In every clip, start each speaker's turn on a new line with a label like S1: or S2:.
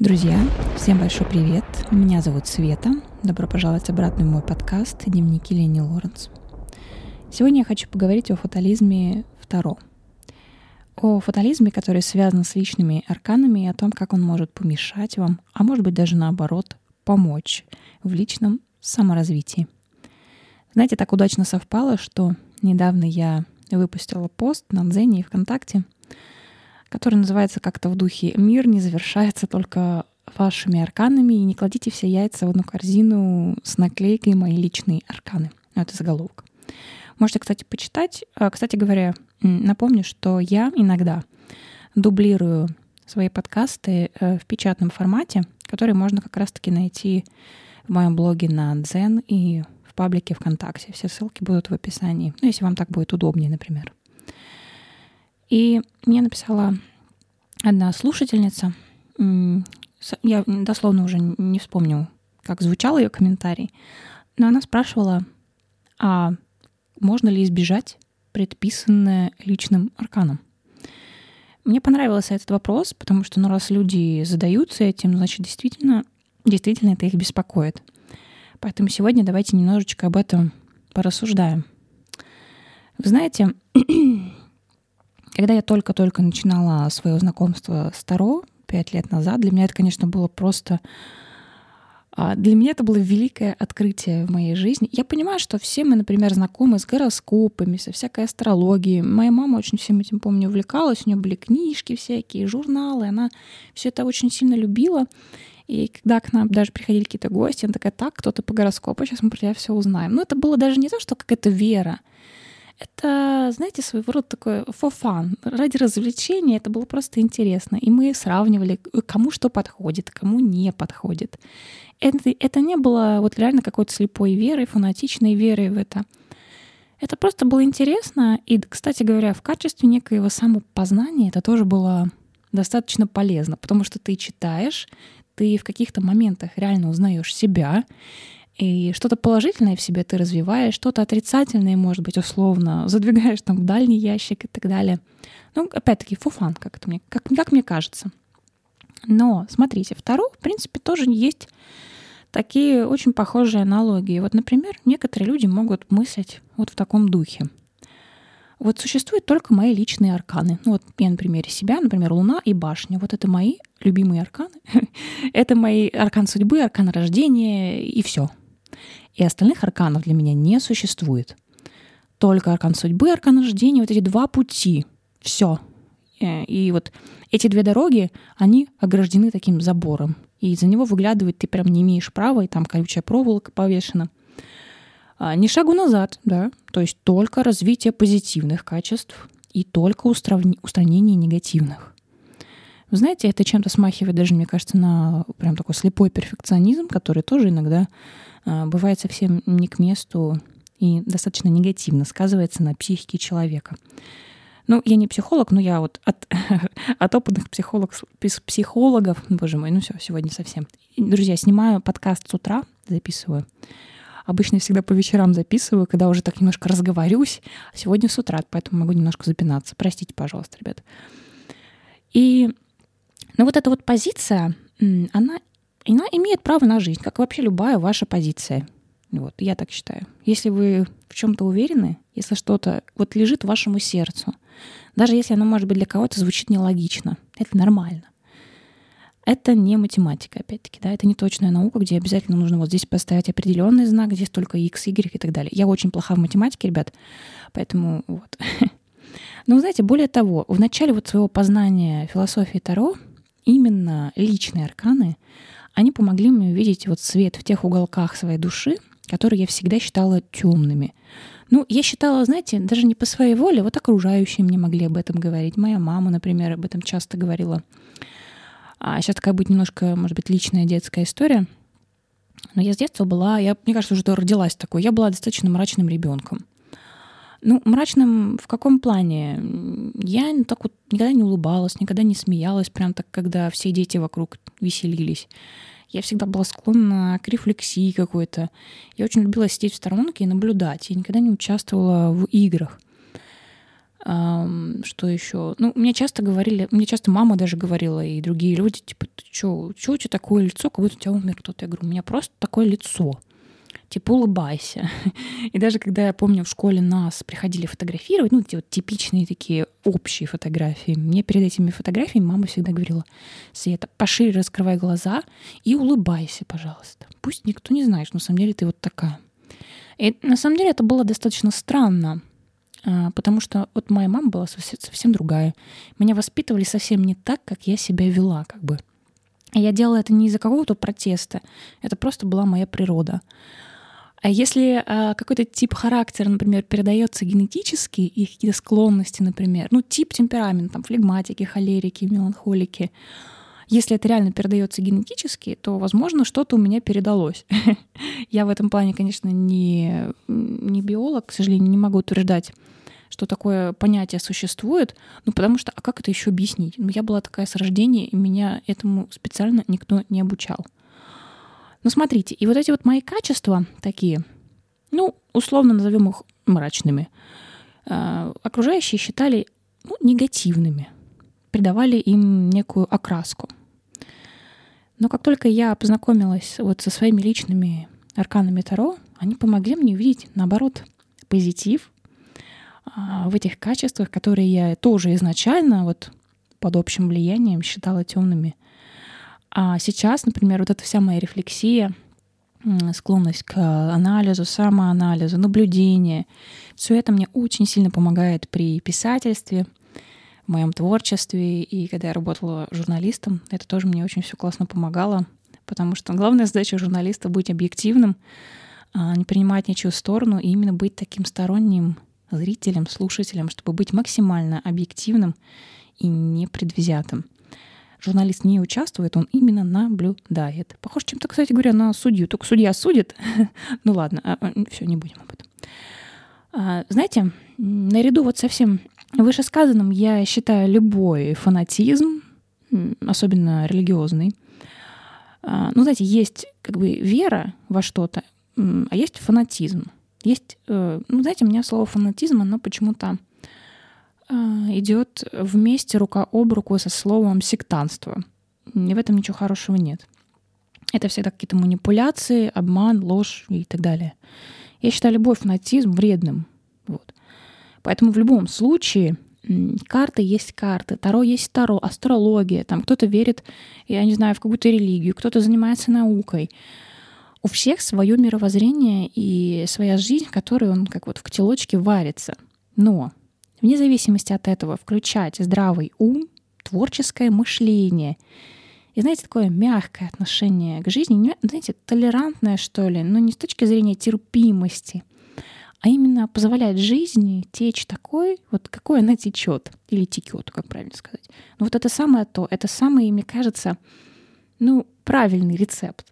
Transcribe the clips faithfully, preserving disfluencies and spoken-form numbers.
S1: Друзья, всем большой привет. Меня зовут Света. Добро пожаловать обратно в мой подкаст «Дневники Лени Лоренс». Сегодня я хочу поговорить о фатализме Таро. О фатализме, который связан с личными арканами, и о том, как он может помешать вам, а может быть даже наоборот, помочь в личном саморазвитии. Знаете, так удачно совпало, что недавно я выпустила пост на Дзене и ВКонтакте, который называется как-то в духе «Мир не завершается только вашими арканами, и не кладите все яйца в одну корзину с наклейкой «Мои личные арканы». Ну, это заголовок. Можете, кстати, почитать. Кстати говоря, напомню, что я иногда дублирую свои подкасты в печатном формате, который можно как раз-таки найти в моем блоге на Дзен и в паблике ВКонтакте. Все ссылки будут в описании. Ну, если вам так будет удобнее, например. И мне написала одна слушательница. Я дословно уже не вспомню, как звучал ее комментарий. Но она спрашивала, а можно ли избежать предписанное личным арканом? Мне понравился этот вопрос, потому что, ну, раз люди задаются этим, значит, действительно, действительно это их беспокоит. Поэтому сегодня давайте немножечко об этом порассуждаем. Вы знаете, когда я только-только начинала свое знакомство с Таро пять лет назад, для меня это, конечно, было просто... Для меня это было великое открытие в моей жизни. Я понимаю, что все мы, например, знакомы с гороскопами, со всякой астрологией. Моя мама очень всем этим, помню, увлекалась. У нее были книжки всякие, журналы. Она все это очень сильно любила. И когда к нам даже приходили какие-то гости, она такая: так, кто-то по гороскопу, сейчас мы про тебя все узнаем. Но это было даже не то, что какая-то вера. Это, знаете, своего рода такое for fun. Ради развлечения это было просто интересно. И мы сравнивали, кому что подходит, кому не подходит. Это, это не было вот реально какой-то слепой верой, фанатичной верой в это. Это просто было интересно. И, кстати говоря, в качестве некоего самопознания это тоже было достаточно полезно, потому что ты читаешь, ты в каких-то моментах реально узнаешь себя, и что-то положительное в себе ты развиваешь, что-то отрицательное, может быть, условно, задвигаешь там в дальний ящик и так далее. Ну, опять-таки, for fun, как, это мне, как, как мне кажется. Но, смотрите, в Таро, в принципе, тоже есть такие очень похожие аналогии. Вот, например, некоторые люди могут мыслить вот в таком духе. Вот существуют только мои личные арканы. Ну, вот я на примере себя, например, Луна и Башня. Вот это мои любимые арканы. Это мои аркан судьбы, аркан рождения и все. И остальных арканов для меня не существует. Только аркан судьбы, аркан рождения, вот эти два пути. Все. И вот эти две дороги, они ограждены таким забором. И из-за него выглядывать ты прям не имеешь права, и там колючая проволока повешена. А ни шагу назад, да. То есть только развитие позитивных качеств и только устранение негативных. Вы знаете, это чем-то смахивает даже, мне кажется, на прям такой слепой перфекционизм, который тоже иногда э, бывает совсем не к месту и достаточно негативно сказывается на психике человека. Ну, я не психолог, но я вот от, от опытных психолог, психологов, боже мой, ну все, сегодня совсем. Друзья, снимаю подкаст с утра, записываю. Обычно всегда по вечерам записываю, когда уже так немножко разговорюсь. А сегодня с утра, поэтому могу немножко запинаться. Простите, пожалуйста, ребят. И но вот эта вот позиция, она, она имеет право на жизнь, как вообще любая ваша позиция. Вот, я так считаю. Если вы в чем-то уверены, если что-то вот лежит вашему сердцу, даже если оно, может быть, для кого-то звучит нелогично, это нормально. Это не математика, опять-таки, да, это не точная наука, где обязательно нужно вот здесь поставить определенный знак, здесь только x, y и так далее. Я очень плоха в математике, ребят, поэтому вот. Но, вы знаете, более того, в начале вот своего познания философии Таро именно личные арканы, они помогли мне увидеть вот свет в тех уголках своей души, которые я всегда считала темными. Ну, я считала, знаете, даже не по своей воле, вот окружающие мне могли об этом говорить. Моя мама, например, об этом часто говорила. А сейчас такая будет немножко, может быть, личная детская история. Но я с детства была, я, мне кажется, уже родилась такой, я была достаточно мрачным ребенком. Ну, мрачным в каком плане? Я так вот никогда не улыбалась, никогда не смеялась, прям так, когда все дети вокруг веселились. Я всегда была склонна к рефлексии какой-то. Я очень любила сидеть в сторонке и наблюдать. Я никогда не участвовала в играх. Что еще? Ну, мне часто говорили, мне часто мама даже говорила, и другие люди, типа, ты что, что у тебя такое лицо, как будто у тебя умер кто-то? Я говорю, у меня просто такое лицо. Типа, улыбайся. И даже когда, я помню, в школе нас приходили фотографировать, ну, эти вот типичные такие общие фотографии, мне перед этими фотографиями мама всегда говорила: Света, пошире раскрывай глаза и улыбайся, пожалуйста. Пусть никто не знает, что на самом деле ты вот такая. И на самом деле это было достаточно странно, потому что вот моя мама была совсем другая. Меня воспитывали совсем не так, как я себя вела, как бы. Я делала это не из-за какого-то протеста, это просто была моя природа. А если а, какой-то тип характера, например, передается генетически, и какие-то склонности, например, ну, тип темперамента, там, флегматики, холерики, меланхолики, если это реально передается генетически, то, возможно, что-то у меня передалось. Я в этом плане, конечно, не, не биолог, к сожалению, не могу утверждать, что такое понятие существует, ну, потому что, а как это еще объяснить? Ну, я была такая с рождения, и меня этому специально никто не обучал. Но смотрите, и вот эти вот мои качества такие, ну, условно назовем их мрачными, э, окружающие считали, ну, негативными, придавали им некую окраску. Но как только я познакомилась вот со своими личными арканами Таро, они помогли мне увидеть, наоборот, позитив э, в этих качествах, которые я тоже изначально вот под общим влиянием считала темными. А сейчас, например, вот эта вся моя рефлексия, склонность к анализу, самоанализу, наблюдению, все это мне очень сильно помогает при писательстве, в моем творчестве. И когда я работала журналистом, это тоже мне очень все классно помогало, потому что главная задача журналиста — быть объективным, не принимать ничью сторону и именно быть таким сторонним зрителем, слушателем, чтобы быть максимально объективным и непредвзятым. Журналист не участвует, он именно наблюдает. Похоже чем-то, кстати говоря, на судью. Только судья судит. Ну ладно, все, не будем об этом. Знаете, наряду вот со всем вышесказанным я считаю любой фанатизм, особенно религиозный. Ну, знаете, есть как бы вера во что-то, а есть фанатизм. Есть, ну, знаете, у меня слово фанатизм, оно почему-то идет вместе рука об руку со словом сектантство. И в этом ничего хорошего нет. Это всегда какие-то манипуляции, обман, ложь и так далее. Я считаю любой фанатизм вредным. Вот. Поэтому в любом случае карты есть карты, таро есть таро, астрология. Там кто-то верит, я не знаю, в какую-то религию, кто-то занимается наукой. У всех свое мировоззрение и своя жизнь, в которой он как вот в котелочке варится. Но вне зависимости от этого включать здравый ум, творческое мышление и, знаете, такое мягкое отношение к жизни, знаете, толерантное, что ли, но не с точки зрения терпимости, а именно позволять жизни течь такой, вот какой она течет, или текет, как правильно сказать. Но вот это самое то, это самый, мне кажется, ну, правильный рецепт.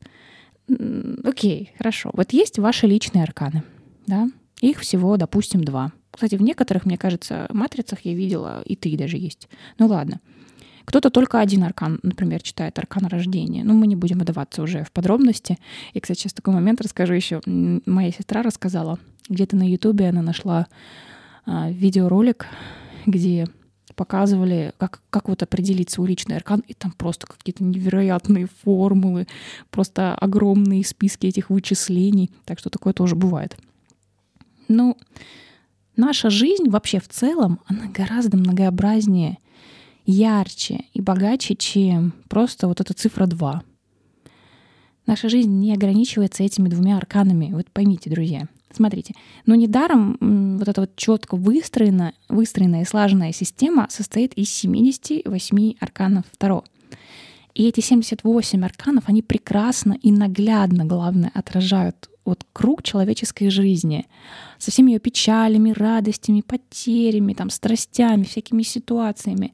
S1: Окей, хорошо. Вот есть ваши личные арканы, да? Их всего, допустим, два. Кстати, в некоторых, мне кажется, матрицах я видела и три даже есть. Ну ладно. Кто-то только один аркан, например, читает аркан рождения. Ну, мы не будем вдаваться уже в подробности. И, кстати, сейчас такой момент расскажу еще. Моя сестра рассказала, где-то на Ютубе она нашла а, видеоролик, где показывали, как, как вот определить свой личный аркан, и там просто какие-то невероятные формулы, просто огромные списки этих вычислений. Так что такое тоже бывает. Ну, наша жизнь вообще в целом, она гораздо многообразнее, ярче и богаче, чем просто вот эта цифра два. Наша жизнь не ограничивается этими двумя арканами. Вот поймите, друзья. Смотрите, но недаром вот эта вот четко выстроенная, выстроенная и слаженная система состоит из семидесяти восьми арканов Таро. И эти семьдесят восемь арканов, они прекрасно и наглядно, главное, отражают вот круг человеческой жизни со всеми ее печалями, радостями, потерями, там, страстями, всякими ситуациями.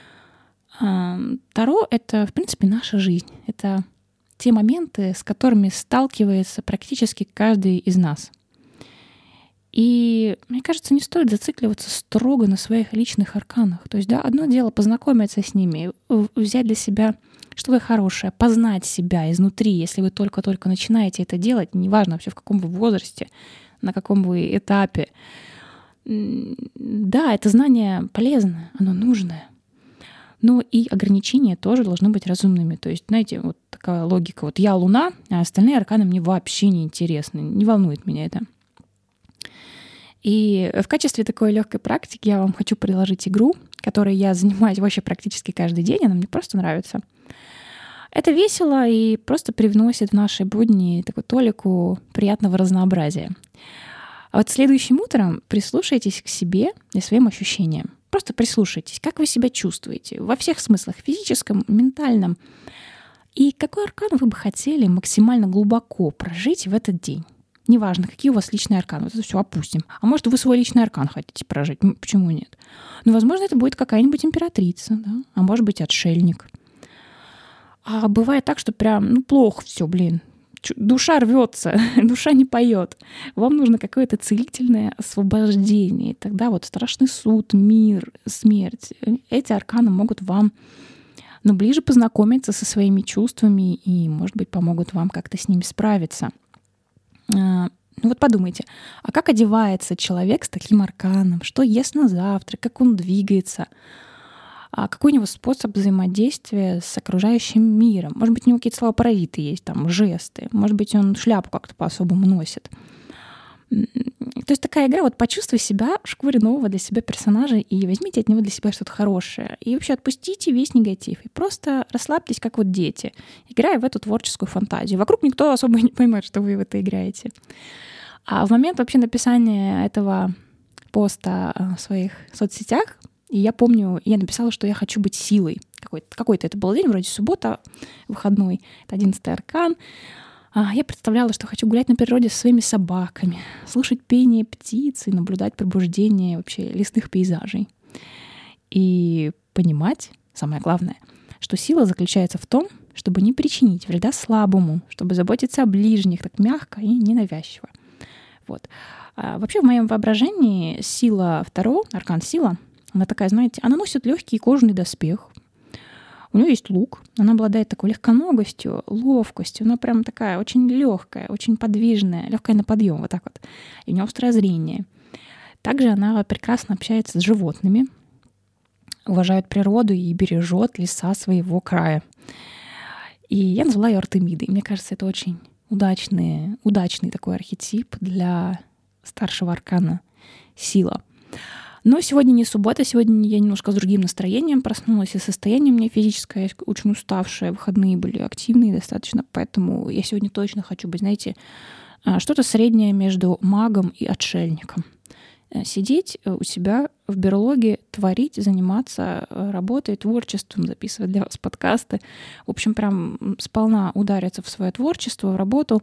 S1: Таро — это, в принципе, наша жизнь. Это те моменты, с которыми сталкивается практически каждый из нас. И, мне кажется, не стоит зацикливаться строго на своих личных арканах. То есть, да, одно дело познакомиться с ними, взять для себя что-то хорошее, познать себя изнутри, если вы только-только начинаете это делать, неважно вообще в каком вы возрасте, на каком вы этапе. да, это знание полезное, оно нужное. Но и ограничения тоже должны быть разумными. То есть, знаете, вот такая логика. Вот я Луна, а остальные арканы мне вообще не интересны. Не волнует меня это. И в качестве такой легкой практики я вам хочу предложить игру, которой я занимаюсь вообще практически каждый день. Она мне просто нравится. Это весело и просто привносит в наши будни такую толику приятного разнообразия. А вот следующим утром прислушайтесь к себе и своим ощущениям. Просто прислушайтесь, как вы себя чувствуете во всех смыслах, физическом, ментальном. И какой аркан вы бы хотели максимально глубоко прожить в этот день? Неважно, какие у вас личные арканы. Вот это все опустим. А может, вы свой личный аркан хотите прожить? Почему нет? Ну, возможно, это будет какая-нибудь императрица, да? А может быть, отшельник. А бывает так, что прям, ну, плохо все, блин. Душа рвется, душа не поет. Вам нужно какое-то целительное освобождение. И тогда вот страшный суд, мир, смерть. Эти арканы могут вам, ну, ближе познакомиться со своими чувствами и, может быть, помогут вам как-то с ними справиться. Ну вот подумайте, а как одевается человек с таким арканом? Что ест на завтрак? Как он двигается? А какой у него способ взаимодействия с окружающим миром? Может быть, у него какие-то слова паразиты есть, там, жесты. Может быть, он шляпу как-то по-особому носит. То есть такая игра, вот почувствуй себя в шкуре нового для себя персонажа и возьмите от него для себя что-то хорошее. И вообще отпустите весь негатив. И просто расслабьтесь, как вот дети, играя в эту творческую фантазию. Вокруг никто особо не поймет, что вы в это играете. А в момент вообще написания этого поста в своих соцсетях, и я помню, я написала, что я хочу быть силой. Какой-то, какой-то это был день, вроде суббота, выходной, это одиннадцатый аркан. Я представляла, что хочу гулять на природе со своими собаками, слушать пение птиц и наблюдать пробуждение вообще лесных пейзажей. И понимать, самое главное, что сила заключается в том, чтобы не причинить вреда слабому, чтобы заботиться о ближних так мягко и ненавязчиво. Вот. А вообще в моем воображении сила второго, аркан сила, она такая, знаете, она носит легкий кожаный доспех. У нее есть лук, она обладает такой легконогостью, ловкостью, она прям такая очень легкая, очень подвижная, легкая на подъем, вот так вот. И у нее острое зрение. Также она прекрасно общается с животными, уважает природу и бережет леса своего края. И я назвала ее Артемидой. Мне кажется, это очень удачный, удачный такой архетип для старшего аркана сила. Но сегодня не суббота, сегодня я немножко с другим настроением проснулась, и состояние у меня физическое очень уставшее, выходные были активные достаточно, поэтому я сегодня точно хочу быть, знаете, что-то среднее между магом и отшельником. Сидеть у себя в берлоге, творить, заниматься работой, творчеством, записывать для вас подкасты. В общем, прям сполна удариться в свое творчество, в работу.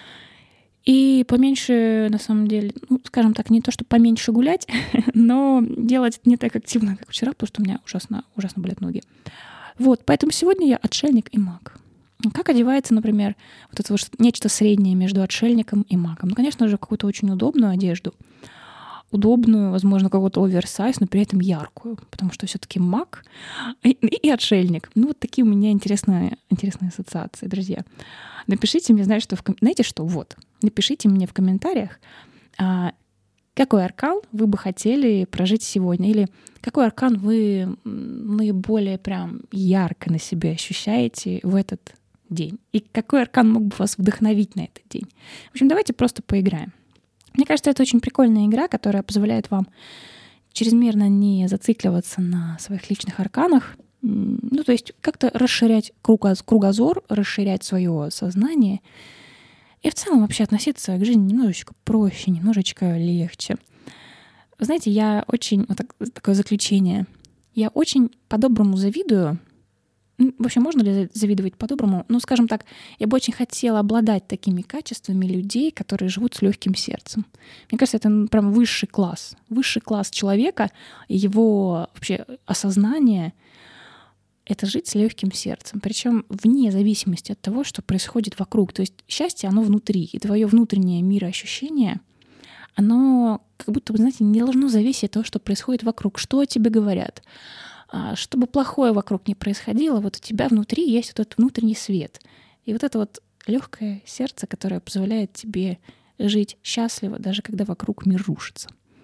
S1: И поменьше, на самом деле, ну, скажем так, не то, что поменьше гулять, но делать это не так активно, как вчера, потому что у меня ужасно, ужасно болят ноги. Вот, поэтому сегодня я отшельник и маг. Как одевается, например, вот это вот нечто среднее между отшельником и магом? Ну, конечно же, какую-то очень удобную одежду. Удобную, возможно, какой-то оверсайз, но при этом яркую, потому что все-таки маг и, и отшельник. Ну, вот такие у меня интересные, интересные ассоциации, друзья. Напишите мне, знаете, что в, знаете что? Вот, напишите мне в комментариях, а, какой аркан вы бы хотели прожить сегодня, или какой аркан вы наиболее прям ярко на себе ощущаете в этот день, и какой аркан мог бы вас вдохновить на этот день. В общем, давайте просто поиграем. Мне кажется, это очень прикольная игра, которая позволяет вам чрезмерно не зацикливаться на своих личных арканах, ну, то есть как-то расширять кругозор, расширять свое сознание и в целом вообще относиться к жизни немножечко проще, немножечко легче. Вы знаете, я очень... Вот так, такое заключение. Я очень по-доброму завидую. Вообще, можно ли завидовать по-доброму? Ну, скажем так, я бы очень хотела обладать такими качествами людей, которые живут с легким сердцем. Мне кажется, это прям высший класс. Высший класс человека, его вообще осознание — это жить с легким сердцем. Причем вне зависимости от того, что происходит вокруг. То есть счастье, оно внутри. И твое внутреннее мироощущение, оно как будто бы, знаете, не должно зависеть от того, что происходит вокруг. Что о тебе говорят? Чтобы плохое вокруг не происходило, вот у тебя внутри есть вот этот внутренний свет. И вот это вот легкое сердце, которое позволяет тебе жить счастливо, даже когда вокруг мир рушится.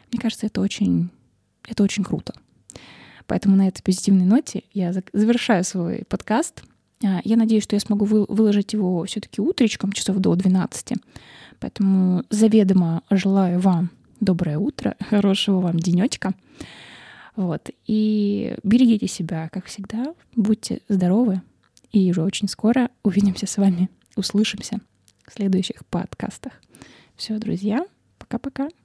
S1: Мне кажется, это очень, это очень круто. Поэтому на этой позитивной ноте я завершаю свой подкаст. Я надеюсь, что я смогу выложить его все-таки утречком, часов до двенадцати. Поэтому заведомо желаю вам доброе утро, хорошего вам денечка. Вот. И берегите себя, как всегда. Будьте здоровы. И уже очень скоро увидимся с вами, услышимся в следующих подкастах. Все, друзья, пока-пока.